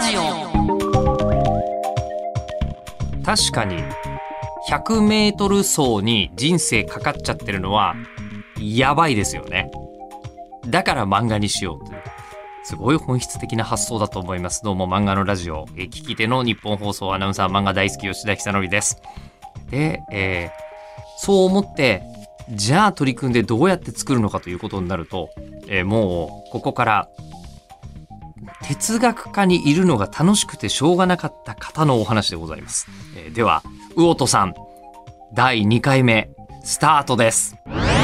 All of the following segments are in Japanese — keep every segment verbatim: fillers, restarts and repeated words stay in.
ジオ。 確かにひゃくメートル走に人生かかっちゃってるのはやばいですよね。だから漫画にしようというすごい本質的な発想だと思います。どうも漫画のラジオ、えー、聞き手の日本放送アナウンサー漫画大好き吉田久典です。で、えー、そう思ってじゃあ取り組んでどうやって作るのかということになると、えー、もうここから哲学科にいるのが楽しくてしょうがなかった方のお話でございます。えー、では魚戸さんだいにかいめスタートです。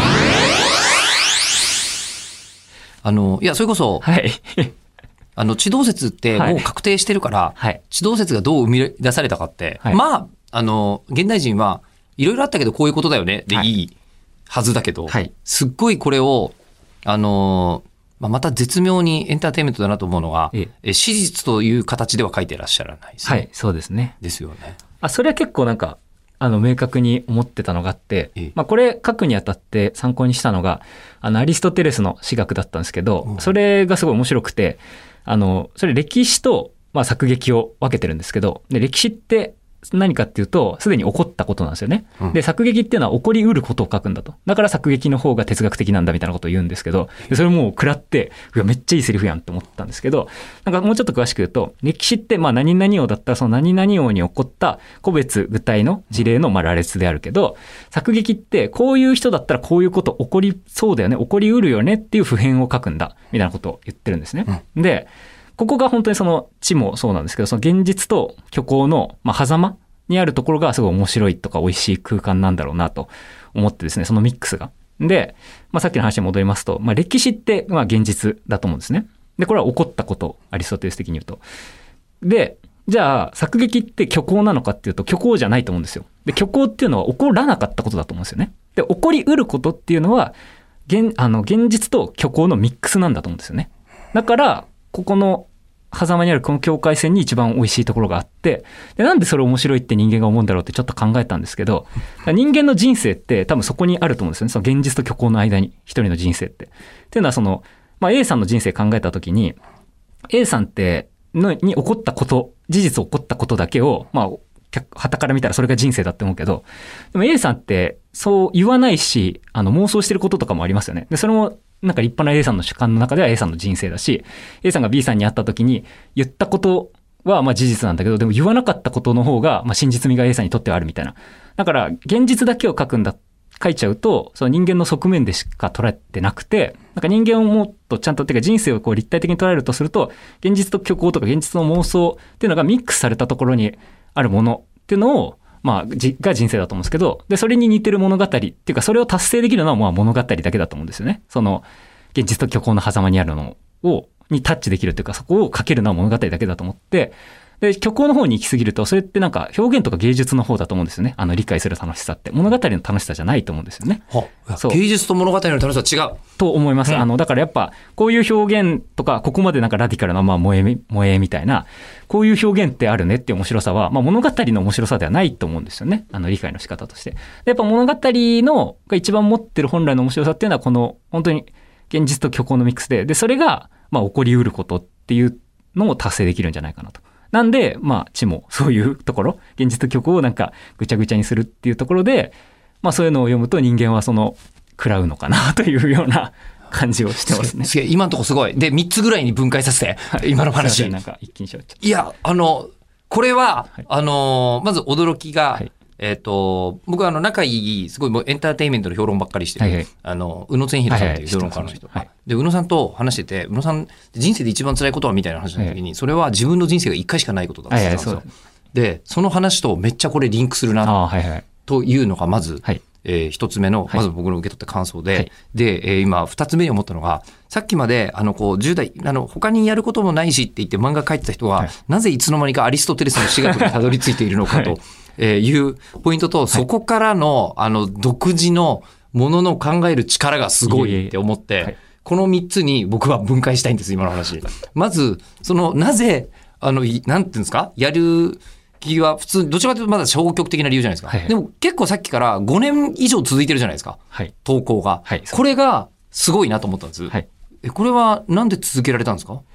あのいやそれこそ、 はい、 あの地動説ってもう確定してるから、はい、地動説がどう生み出されたかって、はい、まああの現代人はいろいろあったけどこういうことだよねでいいはずだけど、はい、すっごいこれをあの、まあ、また絶妙にエンターテインメントだなと思うのが、ええ、史実という形では書いてらっしゃらないですね。 はい、そうですね。 ですよね。 あ、それは結構なんかあの明確に思ってたのがあって、ええ、まあ、これ書くにあたって参考にしたのがあのアリストテレスの史学だったんですけど、うん、それがすごい面白くて、あのそれ歴史と、まあ、作劇を分けてるんですけど、で歴史って何かっていうとすでに起こったことなんですよね、うん、で作劇っていうのは起こりうることを書くんだと。だから作劇の方が哲学的なんだみたいなことを言うんですけど、でそれもう食らってうわめっちゃいいセリフやんって思ったんですけど、なんかもうちょっと詳しく言うと歴史ってまあ何々王だったらその何々王に起こった個別具体の事例のまあ羅列であるけど、作劇ってこういう人だったらこういうこと起こりそうだよね、起こりうるよねっていう普遍を書くんだみたいなことを言ってるんですね、うん、でここが本当にその地もそうなんですけど、その現実と虚構のまあ狭間にあるところがすごい面白いとか美味しい空間なんだろうなと思ってですね、そのミックスが。で、まあ、さっきの話に戻りますと、まあ、歴史ってまあ現実だと思うんですね。で、これは起こったこと、アリストテレス的に言うと。で、じゃあ作劇って虚構なのかっていうと虚構じゃないと思うんですよ。で、虚構っていうのは起こらなかったことだと思うんですよね。で、起こりうることっていうのは現、あの現実と虚構のミックスなんだと思うんですよね。だから、ここの狭間にあるこの境界線に一番美味しいところがあって、でなんでそれ面白いって人間が思うんだろうってちょっと考えたんですけど、人間の人生って多分そこにあると思うんですよね。その現実と虚構の間に一人の人生ってっていうのはその、まあ、A さんの人生考えた時に A さんってのに起こったこと、事実起こったことだけをまあ傍から見たらそれが人生だって思うけど、でも A さんってそう言わないし、あの妄想してることとかもありますよね。でそれもなんか立派な A さんの主観の中では A さんの人生だし、 A さんが B さんに会った時に言ったことはまあ事実なんだけど、でも言わなかったことの方がまあ真実味が A さんにとってはあるみたいな。だから現実だけを書くんだ書いちゃうとその人間の側面でしか捉えてなくて、なんか人間をもっとちゃんとてか人生をこう立体的に捉えるとすると現実と虚構とか現実の妄想っていうのがミックスされたところにあるものっていうのをまあ、じが人生だと思うんですけど、でそれに似てる物語っていうかそれを達成できるのはまあ物語だけだと思うんですよね。その現実と虚構の狭間にあるのをにタッチできるというか、そこを書けるのは物語だけだと思って、で虚構の方に行き過ぎるとそれってなんか表現とか芸術の方だと思うんですよね。あの理解する楽しさって物語の楽しさじゃないと思うんですよね。 はそう芸術と物語の楽しさは違うと思います、うん、あのだからやっぱこういう表現とかここまでなんかラディカルなまあ萌え萌えみたいなこういう表現ってあるねっていう面白さは、まあ、物語の面白さではないと思うんですよね。あの理解の仕方として。でやっぱ物語のが一番持ってる本来の面白さっていうのはこの本当に現実と虚構のミックスで、でそれがまあ起こりうることっていうのを達成できるんじゃないかなと。なんでまあ地もそういうところ現実と虚構をなんかぐちゃぐちゃにするっていうところで、まあそういうのを読むと人間はその食らうのかなというような感じをしてますね。 すげえ今のところすごいでみっつぐらいに分解させて、はい、今の話なんか一気にしちゃっいやあのこれは、はい、あのまず驚きが、はい、えー、と僕はあの仲いいすごいもうエンターテインメントの評論ばっかりしてる、はいはい、あの宇野千尋さんという評論家の人、はいはい、で宇野さんと話してて、宇野さん人生で一番辛いことはみたいな話の時に、はいはい、それは自分の人生がいっかいしかないことだって言ってたんですよ、はいはい、でその話とめっちゃこれリンクするな、はいはい、というのがまず、はい、えー、一つ目のまず僕の受け取った感想で、はい、で、えー、今二つ目に思ったのが、さっきまであのこうじゅう代あの他にやることもないしって言って漫画描いてた人は、はい、なぜいつの間にかアリストテレスの史学にたどり着いているのかと、はい、えー、いうポイントと、そこからのあの独自のものの考える力がすごいって思って、はい、このみっつに僕は分解したいんです今の話。まずそのなぜあのなんていうんですか、やる気は普通どちらかというとまだ消極的な理由じゃないですか、はいはい、でも結構さっきからごねん以上続いてるじゃないですか、はい、投稿が、はい、これがすごいなと思ったんです、はい、えこれはなんで続けられたんですか？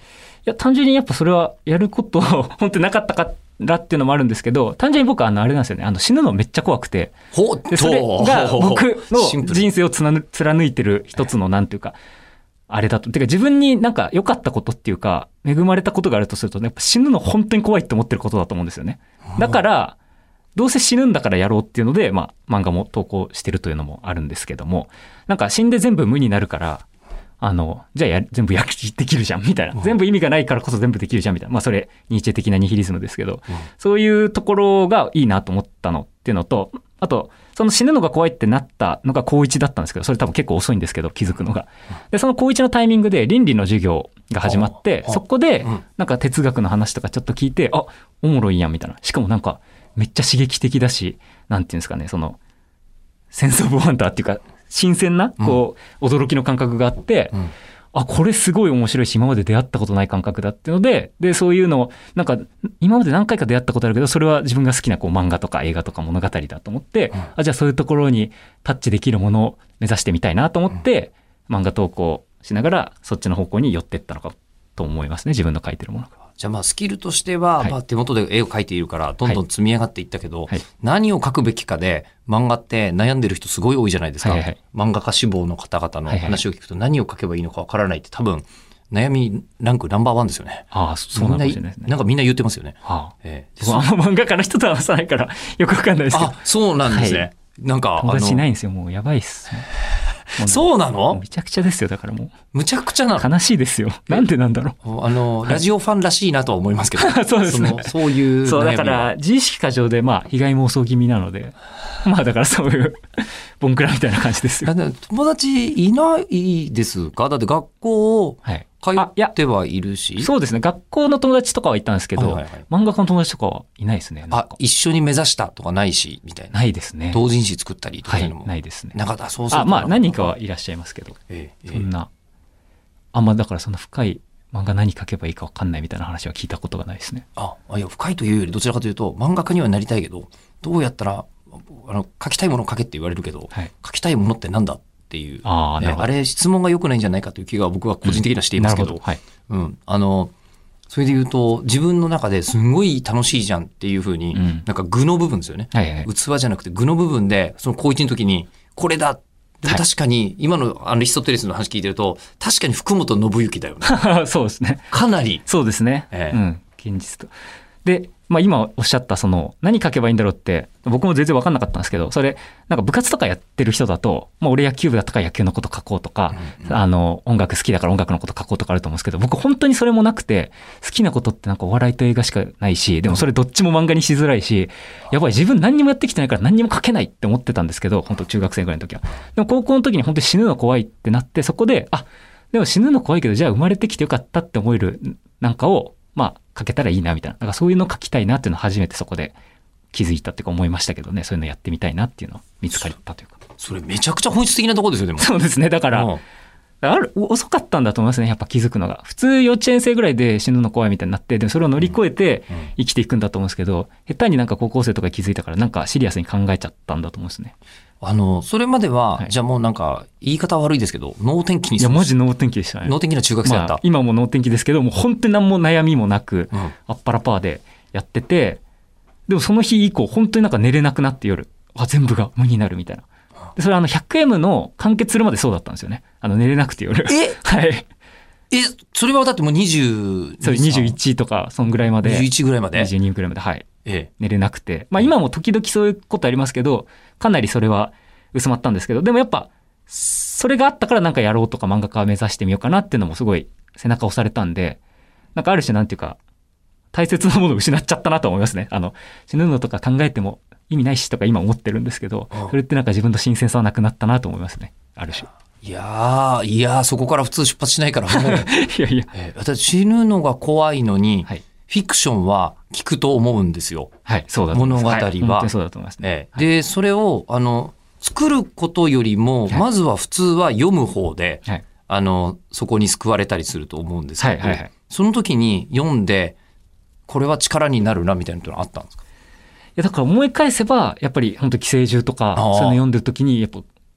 や、単純にやっぱそれはやること本当になかったからっていうのもあるんですけど、単純に僕はあの、あれなんですよね。あの、死ぬのめっちゃ怖くて。 ほっとでそれが僕の人生を貫いてる一つのなんていうか、あれだと。てか自分になんか良かったことっていうか、恵まれたことがあるとすると、やっぱ死ぬの本当に怖いって思ってることだと思うんですよね。だから、どうせ死ぬんだからやろうっていうので、まあ、漫画も投稿してるというのもあるんですけども、なんか死んで全部無になるから、あの、じゃあや全部やできるじゃんみたいな、うん、全部意味がないからこそ全部できるじゃんみたいな、まあそれニーチェ的なニヒリズムですけど、うん、そういうところがいいなと思ったのっていうのと、あとその死ぬのが怖いってなったのが高いちだったんですけど、それ多分結構遅いんですけど気づくのが、でその高いちのタイミングで倫理の授業が始まって、そこでなんか哲学の話とかちょっと聞いて、あ、おもろいやんみたいな、しかもなんかめっちゃ刺激的だし、なんていうんですかね、そのセンスオブワンダーっていうか新鮮なこう驚きの感覚があって、うん、あ、これすごい面白いし、今まで出会ったことない感覚だっていうので、で、そういうのを、なんか、今まで何回か出会ったことあるけど、それは自分が好きなこう漫画とか映画とか物語だと思って、うん、あ、じゃあそういうところにタッチできるものを目指してみたいなと思って、うん、漫画投稿しながら、そっちの方向に寄っていったのかと思いますね、自分の書いてるものが。 じゃあまあスキルとしては、はい、まあ手元で絵を描いているからどんどん積み上がっていったけど、はい、何を描くべきかで漫画って悩んでる人すごい多いじゃないですか、はいはい、漫画家志望の方々の話を聞くと何を描けばいいのかわからないって多分悩みランクナンバーワンですよね。 ああ、そうなんですね。 なんかみんな言ってますよね。 はあ、えー、あんま漫画家の人と話さないからよくわかんないですけど。 あ、そうなんですね。はい、なんか友達いないんですよ。もうやばいっす。 そうなの？ めちゃくちゃですよ。だからもうむちゃくちゃな悲しいですよ。なんでなんだろう。あのラジオファンらしいなとは思いますけど。 そうですね。 そ, そういうそうだから自意識過剰でまあ被害妄想気味なので、まあだからそういうボンクラみたいな感じですよ。 友達いないですか？だって学校を通ってはいるし、 はい、そうですね。学校の友達とかは行ったんですけど、はいはいはい、漫画家の友達とかはいないですね。 あ、一緒に目指したとかないしみたいな。 ないですね。 同人誌作ったりとかいうのも、 はい、ないですね。 なんかそうそう。 あ、まあ何人かはいらっしゃいますけど、ええ、そんなあんまだからそんな深い漫画何描けばいいか分かんないみたいな話は聞いたことがないですね。 あ、いや深いというよりどちらかというと漫画家にはなりたいけどどうやったらあの描きたいものを描けって言われるけど、はい、描きたいものってなんだっていう、 あ、 ね、あれ質問が良くないんじゃないかという気が僕は個人的にはしていますけど、うん、 はい、 うん、あのそれで言うと自分の中ですごい楽しいじゃんっていう風に、うん、なんか具の部分ですよね、はいはい、器じゃなくて具の部分でその高一の時にこれだ、でも確かに今のアリストテレスの話聞いてると確かに福本信之だよね。 そうですね。 かなりそうですね、ええ、うん、現実とで、まあ、今おっしゃったその何書けばいいんだろうって僕も全然分かんなかったんですけど、それなんか部活とかやってる人だと、まあ、俺野球部だったから野球のこと書こうとか、うんうん、あの音楽好きだから音楽のこと書こうとかあると思うんですけど、僕本当にそれもなくて、好きなことってなんかお笑いと映画しかないし、でもそれどっちも漫画にしづらいし、やばい自分何にもやってきてないから何にも書けないって思ってたんですけど、本当中学生ぐらいの時は。でも高校の時に本当に死ぬの怖いってなって、そこであでも死ぬの怖いけどじゃあ生まれてきてよかったって思えるなんかをまあ書けたらいいなみたいな、なんかそういうの書きたいなっていうのを初めてそこで気づいたっていうか思いましたけどね。そういうのやってみたいなっていうのを見つかったというか。 それめちゃくちゃ本質的なところですよ。でもそうですね。だから、うん、ある遅かったんだと思いますね。やっぱ気づくのが普通幼稚園生ぐらいで死ぬの怖いみたいになって、でもそれを乗り越えて生きていくんだと思うんですけど、下手になんか高校生とか気づいたからなんかシリアスに考えちゃったんだと思うんですね。 あのそれまでは、はい、じゃあもうなんか言い方悪いですけど能天気に。 いやマジ能天気でしたね。 能天気な中学生だった、 まあ、今も能天気ですけどもう本当に何も悩みもなく、うん、あっぱらパーでやってて、でもその日以降本当になんか寝れなくなって夜あ全部が無になるみたいな。でそれあの ひゃくエム の完結するまでそうだったんですよね。あの寝れなくて夜。 えはいえそれはだってもうにじゅうそうにじゅういちとかそんぐらいまでにじゅういちぐらいまでにじゅうにぐらいまではい、 ええ、 寝れなくて、まあ今も時々そういうことありますけどかなりそれは薄まったんですけど、でもやっぱそれがあったからなんかやろうとか漫画家を目指してみようかなっていうのもすごい背中押されたんで、なんかある種なんていうか大切なものを失っちゃったなと思いますね。あの死ぬのとか考えても意味ないしとか今思ってるんですけど、それってなんか自分の新鮮さはなくなったなと思いますね。ある種。 いやーいやーそこから普通出発しないからもういやいや、 えー、私死ぬのが怖いのに、はい、フィクションは聞くと思うんですよ。 はい、そうだと思います。 物語は、はい、 本当にそうだと思いますね。 えー、でそれをあの作ることよりも、はい、まずは普通は読む方で、はい、あのそこに救われたりすると思うんですけど、はいはいはい、その時に読んでこれは力になるなみたいなのはあったんですか？ いやだから思い返せばやっぱり本当寄生獣とかそういうの読んでる時にやっぱ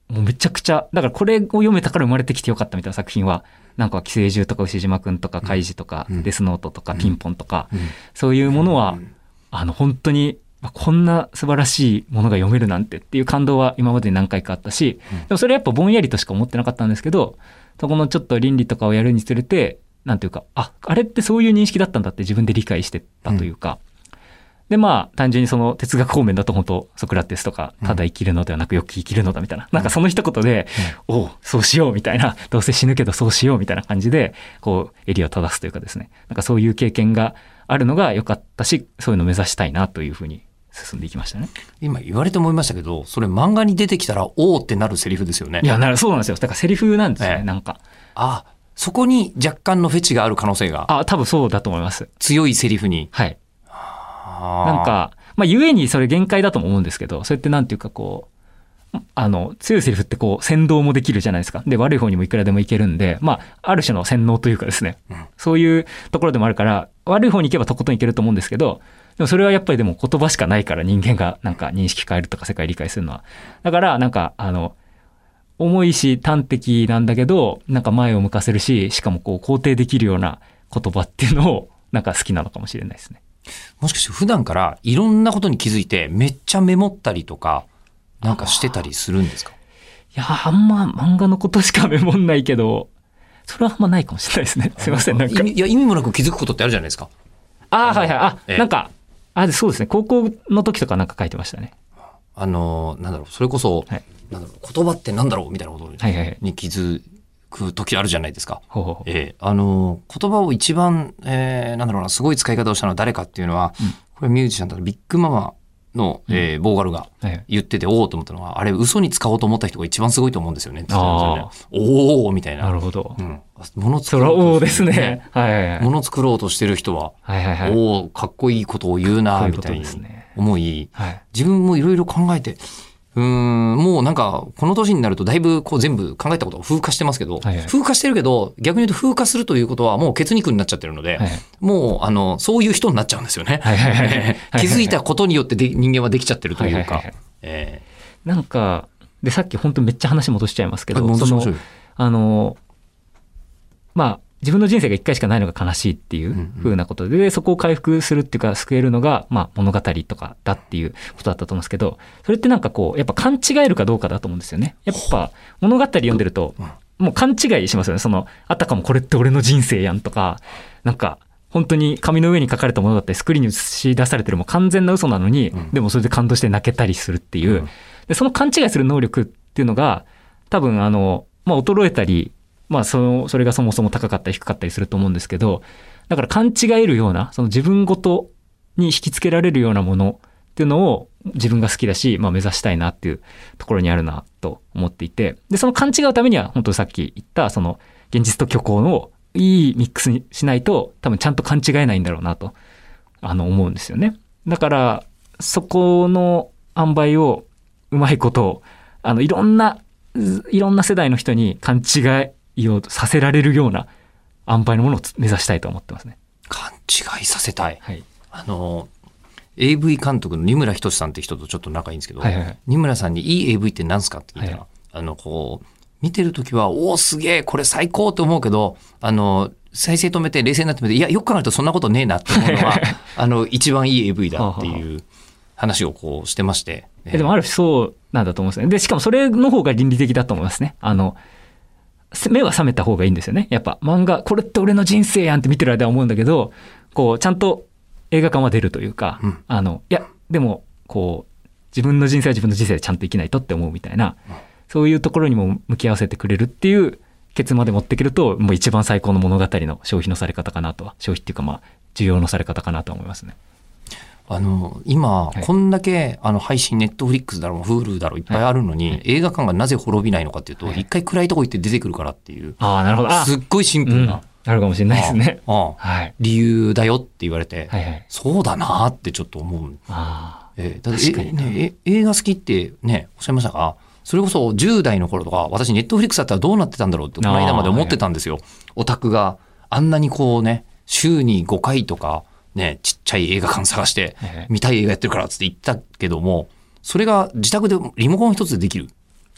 もうめちゃくちゃ、だからこれを読めたから生まれてきてよかったみたいな作品は、なんか寄生獣とか牛島くんとかカイジとか、デスノートとかピンポンとか、そういうものは、あの本当にこんな素晴らしいものが読めるなんてっていう感動は今までに何回かあったし、でもそれはやっぱぼんやりとしか思ってなかったんですけど、そこのちょっと倫理とかをやるにつれて、なんていうか、あ、あれってそういう認識だったんだって自分で理解してたというか、でまあ単純にその哲学方面だと本当ソクラテスとかただ生きるのではなくよく生きるのだみたいな、うん、なんかその一言で、うん、おうそうしようみたいな、どうせ死ぬけどそうしようみたいな感じでこう襟を正すというかですね、なんかそういう経験があるのが良かったし、そういうのを目指したいなというふうに進んでいきましたね。 今言われて思いましたけど、それ漫画に出てきたらおーってなるセリフですよね。 いやなるそうなんですよ。だからセリフなんですよね、ええ、なんかあそこに若干のフェチがある可能性が、 あ多分そうだと思います。 強いセリフに、 はい、なんかまあ、ゆえにそれ限界だとも思うんですけど、それってなんていうかこう、あの、強いセリフってこう、先導もできるじゃないですか。で、悪い方にもいくらでもいけるんで、まあ、ある種の洗脳というかですね、うん、そういうところでもあるから、悪い方に行けばとことんいけると思うんですけど、でもそれはやっぱりでも言葉しかないから人間がなんか認識変えるとか世界理解するのは。だから、なんか、あの、重いし端的なんだけど、なんか前を向かせるし、しかもこう、肯定できるような言葉っていうのを、なんか好きなのかもしれないですね。 もしかして普段からいろんなことに気づいてめっちゃメモったりとかなんかしてたりするんですか？ いやあんま漫画のことしかメモんないけど、それはあんまないかもしれないですね。すいません。なんかいや意味もなく気づくことってあるじゃないですか。 ああはいはいあ、ええ、なんかあそうですね。高校の時とかなんか書いてましたね。 あのなんだろうそれこそ、はい、なんだろう言葉ってなんだろうみたいなことに気づく時あるじゃないですか。 ほうほうほうえー、あの言葉を一番、えー、なんだろうなすごい使い方をしたのは誰かっていうのは、うん、これミュージシャンだとビッグママの、えー、ボーカルが言ってて、うん、おおと思ったのはあれ嘘に使おうと思った人が一番すごいと思うんですよね。あおおみたいな。 なるほど。 うん、物作ろうとそうですね。はいはいはい。 物作ろうとしてる人は、 はいはいはい、 おおかっこいいことを言うなみたいに思い、はい、自分もいろいろ考えて。うーんもうなんかこの年になるとだいぶこう全部考えたことを風化してますけど、はいはい、風化してるけど逆に言うと風化するということはもう血肉になっちゃってるので、はいはい、もうあのそういう人になっちゃうんですよね。はいはいはい、気づいたことによってで人間はできちゃってるというか、えー、なんかでさっき本当めっちゃ話戻しちゃいますけど、そのあのまあ自分の人生が一回しかないのが悲しいっていう風なことで、うんうん、そこを回復するっていうか救えるのが、まあ、物語とかだっていうことだったと思うんですけど、それってなんかこうやっぱ勘違えるかどうかだと思うんですよね。やっぱ物語読んでるともう勘違いしますよね。そのあたかもこれって俺の人生やんとか、なんか本当に紙の上に書かれたものだったりスクリーンに映し出されてるもう完全な嘘なのに、うん、でもそれで感動して泣けたりするっていう、うん、でその勘違いする能力っていうのが多分あの、まあ、衰えたりまあその、それがそもそも高かったり低かったりすると思うんですけど、だから勘違えるような、その自分ごとに引きつけられるようなものっていうのを自分が好きだし、まあ目指したいなっていうところにあるなと思っていて、で、その勘違うためには、本当さっき言った、その現実と虚構のいいミックスにしないと、多分ちゃんと勘違えないんだろうなと、あの、思うんですよね。だから、そこの塩梅をうまいことを、あの、いろんな、いろんな世代の人に勘違い、をさせられるような塩梅のものを目指したいと思ってますね。 勘違いさせたい、 はい、 あの エーブイ 監督の二村仁さんって人とちょっと仲いいんですけど、はいはいはい、二村さんにいい エーブイ って何すかって聞いたら、はい、あのこう見てるときはおーすげえこれ最高と思うけど、あの再生止めて冷静になってみて、いやよく考えるとそんなことねえなって思うのはあの一番いい エーブイ だっていう話をこうしてまして、 えー、でもある種そうなんだと思うんですね。でしかもそれの方が倫理的だと思いますね。あの目は覚めた方がいいんですよね。やっぱ漫画これって俺の人生やんって見てる間は思うんだけど、こうちゃんと映画館は出るというか、うん、あのいやでもこう自分の人生は自分の人生でちゃんと生きないとって思うみたいな、うん、そういうところにも向き合わせてくれるっていうケツまで持ってくると、もう一番最高の物語の消費のされ方かなとは、消費っていうかまあ需要のされ方かなと思いますね。 あの今、はい、こんだけあの配信ネットフリックスだろう Hulu だろういっぱいあるのに、はい、映画館がなぜ滅びないのかっていうと、はい、一回暗いとこ行って出てくるからっていう、 あなるほど、 すっごいシンプルな、うん、 あるかもしれないですね。 ああ、はい、理由だよって言われて、はいはい、そうだなってちょっと思う。あ、えー、だってえ、ね、え映画好きってねおっしゃいましたが、それこそじゅう代の頃とか私ネットフリックスだったらどうなってたんだろうってこの間まで思ってたんですよ。はいはい、オタクがあんなにこうね週にごかいとかね、ちっちゃい映画館探して見たい映画やってるからっつって言ったけども、それが自宅でリモコン一つでできる。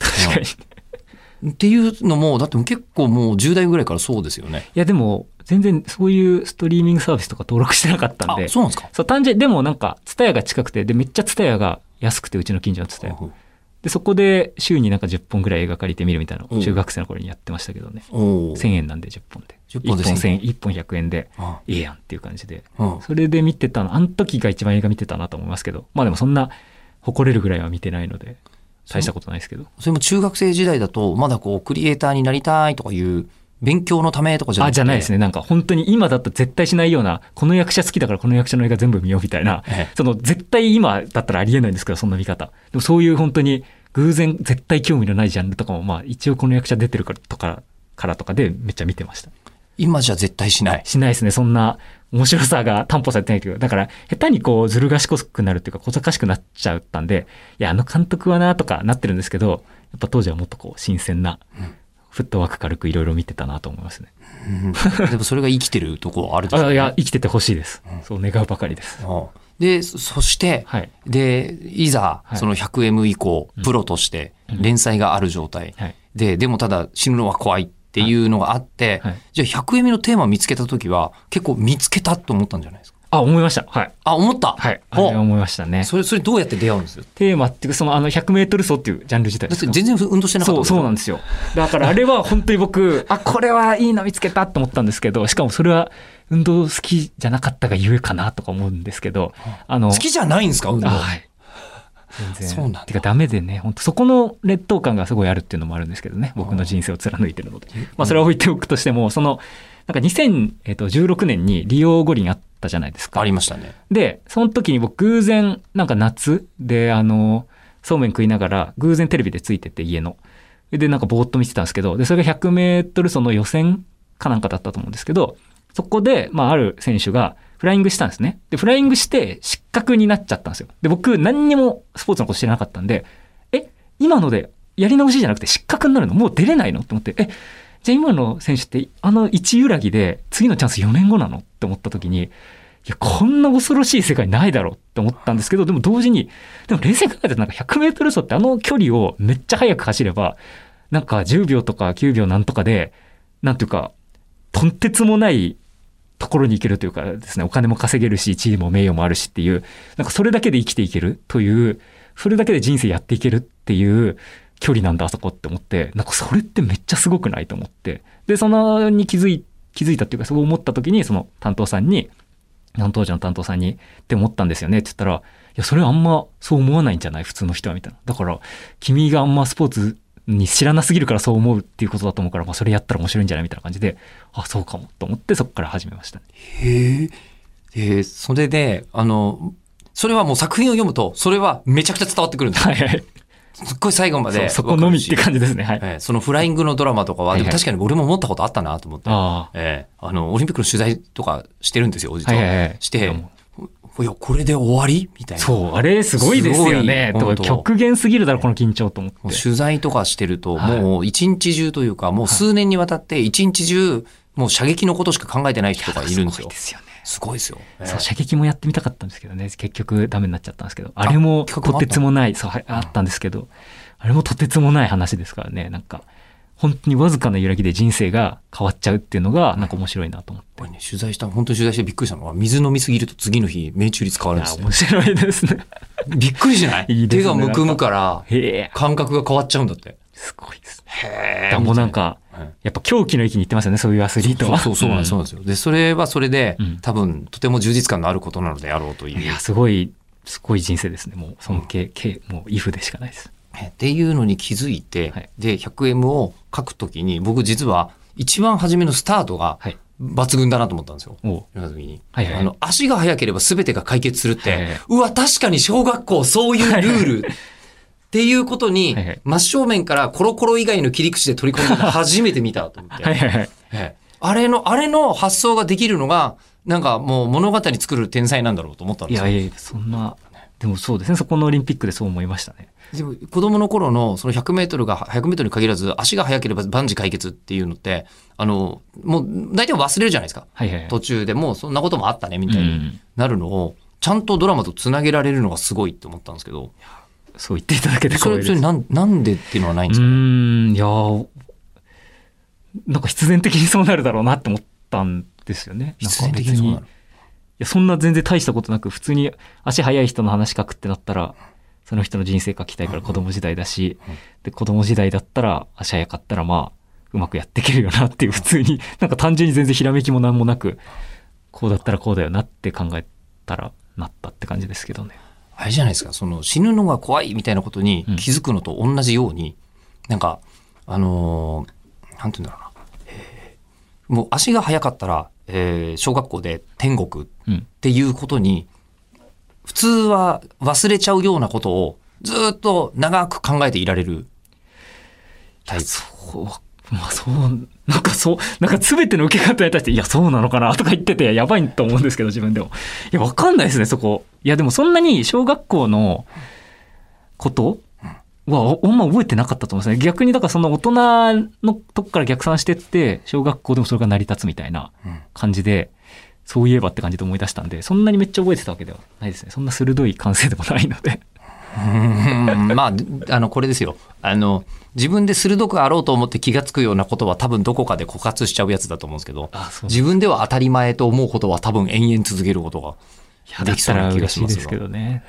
確かに。 っていうのも、だって結構もうじゅう代ぐらいからそうですよね。 いやでも、全然そういうストリーミングサービスとか登録してなかったんで。 あ、そうなんですか？ そう、単純に、でもなんか、ツタヤが近くて、で、めっちゃツタヤが安くて、うちの近所のツタヤ。で、そこで週になんかじゅっぽんぐらい映画借りて見るみたいなのを中学生の頃にやってましたけどね。せんえんなんでじゅっぽんで。 じゅっぽんでせんえん、いっぽんひゃくえんで、いいやんっていう感じで。それで見てたの、あの時が一番映画見てたなと思いますけど、まあでもそんな誇れるぐらいは見てないので、大したことないですけど。 それも中学生時代だと、まだこう、クリエイターになりたいとかいう、勉強のためとかじゃなくて。 あ、じゃないですね。なんか本当に今だったら絶対しないような、この役者好きだからこの役者の映画全部見ようみたいな、ええ、その絶対今だったらありえないんですけど、そんな見方。でもそういう本当に偶然絶対興味のないジャンルとかも、まあ一応この役者出てるからとか、からとかでめっちゃ見てました。 今じゃ絶対しない。 しないですね。そんな面白さが担保されてないけど、だから下手にこうずる賢くなるっていうか小賢しくなっちゃったんで、いや、あの監督はなとかなってるんですけど、やっぱ当時はもっとこう新鮮な、うんフットワーク軽くいろいろ見てたなと思いますね。 うん、でもそれが生きてるところあるでしょうね。 あ、いや、生きててほしいです。うん、そう願うばかりです。 で、そして、はい、で、いざ、その ひゃくエム 以降、はい、プロとして連載がある状態、うんはい、で、でもただ死ぬのは怖いっていうのがあって、はいはい、じゃあ ひゃくエム のテーマを見つけたときは、結構見つけたと思ったんじゃないですか？ あ、思いました。はい。 あ、思った。 はい。あれ思いましたね。 それ、それどうやって出会うんですよ？ テーマっていうか、そのあのひゃくメートル走っていうジャンル自体ですか？ だって全然運動してなかった。 そう、そうなんですよ。だからあれは本当に僕、あ、これはいいの見つけたと思ったんですけど、しかもそれは運動好きじゃなかったがゆえかなとか思うんですけど、 あの、好きじゃないんですか？運動。 はい。全然。 そうなんだ。 てかダメでね、本当そこの劣等感がすごいあるっていうのもあるんですけどね、僕の人生を貫いてるので。まあそれは置いておくとしても、その、なんかにせんじゅうろくねんにリオ五輪あったじゃないですか。 ありましたね。 で、その時に僕偶然、なんか夏で、あの、そうめん食いながら、偶然テレビでついてて家の。で、なんかぼーっと見てたんですけど、で、それがひゃくメートル走の予選かなんかだったと思うんですけど、そこで、まあある選手がフライングしたんですね。で、フライングして失格になっちゃったんですよ。で、僕何にもスポーツのこと知らなかったんで、え、今のでやり直しじゃなくて失格になるの？もう出れないの？って思って、え、じゃあ今の選手ってあの一揺らぎで次のチャンスよねんごなのって思った時に、いやこんな恐ろしい世界ないだろうって思ったんですけど、でも同時にでも冷静に考えてなんかひゃくメートル走ってあの距離をめっちゃ速く走ればなんかじゅうびょうとかきゅうびょうなんとかでなんていうかとんてつもないところに行けるというかですね、お金も稼げるし地位も名誉もあるしっていうなんかそれだけで生きていけるというそれだけで人生やっていけるっていう距離なんだあそこって思って、なんかそれってめっちゃすごくないと思って、でそのに気づい気づいたっていうかそう思った時にその担当さんに担当者の担当さんにって思ったんですよねって言ったら、いやそれはあんまそう思わないんじゃない普通の人はみたいな、だから君があんまスポーツに知らなすぎるからそう思うっていうことだと思うから、まあ、それやったら面白いんじゃないみたいな感じで、あそうかもと思ってそこから始めましたね。 へえ。それであのそれはもう作品を読むとそれはめちゃくちゃ伝わってくるんですよ。 はいはい。 すっごい最後までそ, そこのみって感じですね。はい、 えー、そのフライングのドラマとかは、はいはい、でも確かに俺も思ったことあったなと思って、あ、えー、あのオリンピックの取材とかしてるんですよ実は、はいはいはい、して、いやこれで終わりみたいな。 そうあれすごいですよね。と極限すぎるだろこの緊張と思って。 取材とかしてると、はい、もう一日中というかもう数年にわたって一日中もう射撃のことしか考えてない人とかいるんですよ。 すごいですよね。 すごいですよ、 えー、そう射撃もやってみたかったんですけどね、結局ダメになっちゃったんですけど、あれもとてつもないそうあったんですけど、あれもとてつもない話ですからね。なんか本当にわずかな揺らぎで人生が変わっちゃうっていうのがなんか面白いなと思って、 これね、取材した本当に取材してびっくりしたのは水飲みすぎると次の日命中率変わるんですよ。 面白いですね。 びっくりしない？いいですね、手がむくむから感覚が変わっちゃうんだって。 すごいですね。へー、もうなんかやっぱ狂気の域に行ってますよね、そういうアスリートは。 そうそうそうなんです、そうなんですよ。でそれはそれで、うん、多分とても充実感のあることなのであろうという。 いやすごいすごい人生ですね。もう尊敬、うん、もうイフでしかないです。 っていうのに気づいて、はい、で ひゃくエム を書くときに僕実は一番初めのスタートが抜群だなと思ったんですよ。読んだ時に、はいはい、あの足が速ければ全てが解決するって、はいはい、うわ確かに小学校そういうルールっていうことに真正面からコロコロ以外の切り口で取り込んで初めて見たと思ってはいはい、はいはい、あれのあれの発想ができるのがなんかもう物語作る天才なんだろうと思ったんですよ。 いやいやそんなでもそうですね、そこのオリンピックでそう思いましたね。 でも子供の頃のそのひゃくメートルがひゃくメートルに限らず足が速ければ万事解決っていうのってあのもう大体忘れるじゃないですか、はいはいはい、途中でもうそんなこともあったねみたいになるのをちゃんとドラマとつなげられるのがすごいって思ったんですけど、 そう言っていただけて光栄です。 それ、それなん、なんでっていうのはないんですか？ うーん、いやー、なんか必然的にそうなるだろうなって思ったんですよね。 必然的にそうなる。 いや、そんな全然大したことなく、普通に足速い人の話書くってなったら、その人の人生書きたいから子供時代だし、 うんうん、 で、子供時代だったら足速かったらまあ、うまくやっていけるよなっていう、普通に、なんか単純に全然ひらめきもなんもなく、こうだったらこうだよなって考えたらなったって感じですけどね。 あれじゃないですか、その死ぬのが怖いみたいなことに気づくのと同じように、うん、なんか、あのー、なんて言うんだろうな。えー、もう足が速かったら、えー、小学校で天国っていうことに、普通は忘れちゃうようなことをずっと長く考えていられるタイプ。 そう、まあそう、なんかそう、なんか全ての受け方に対して、いやそうなのかなとか言ってて、やばいと思うんですけど、自分でも。いや、わかんないですね、そこ。いや、でもそんなに小学校のことは、あんま覚えてなかったと思うんですね。逆に、だからその大人のとこから逆算してって、小学校でもそれが成り立つみたいな感じで、そういえばって感じで思い出したんで、そんなにめっちゃ覚えてたわけではないですね。そんな鋭い感性でもないので。 うんまあ、あの、これですよ。あの、自分で鋭くあろうと思って気がつくようなことは多分どこかで枯渇しちゃうやつだと思うんですけど、自分では当たり前と思うことは多分延々続けることができそうな気がしますですけどね。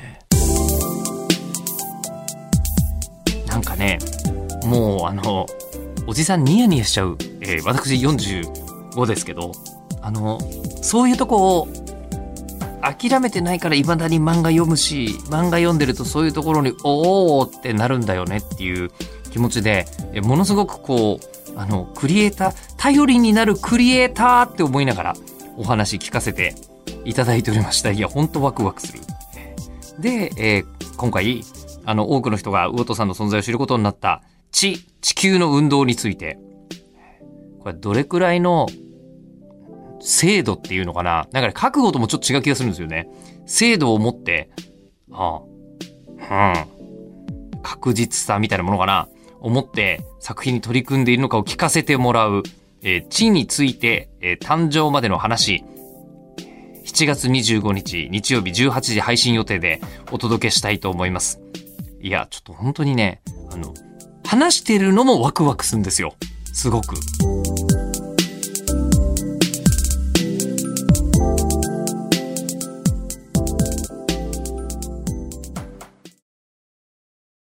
なんかね、もうあの、おじさんニヤニヤしちゃう、えー、私よんじゅうごですけど、あの、そういうとこを諦めてないから未だに漫画読むし、漫画読んでるとそういうところにおーってなるんだよねっていう気持ちで、ものすごくこう、あの、クリエイター、頼りになるクリエイターって思いながらお話聞かせていただいておりました。いや、ほんとワクワクする。で、えー、今回、あの、多くの人が魚戸さんの存在を知ることになった地、地球の運動について、これどれくらいの精度っていうのかな、なんかね、覚悟ともちょっと違う気がするんですよね。精度を持って、ああ、うん、確実さみたいなものかな、思って作品に取り組んでいるのかを聞かせてもらう、えー、地について、えー、誕生までの話、しちがつにじゅうごにち日曜日じゅうはちじ配信予定でお届けしたいと思います。いや、ちょっと本当にね、あの、話してるのもワクワクするんですよ。すごく。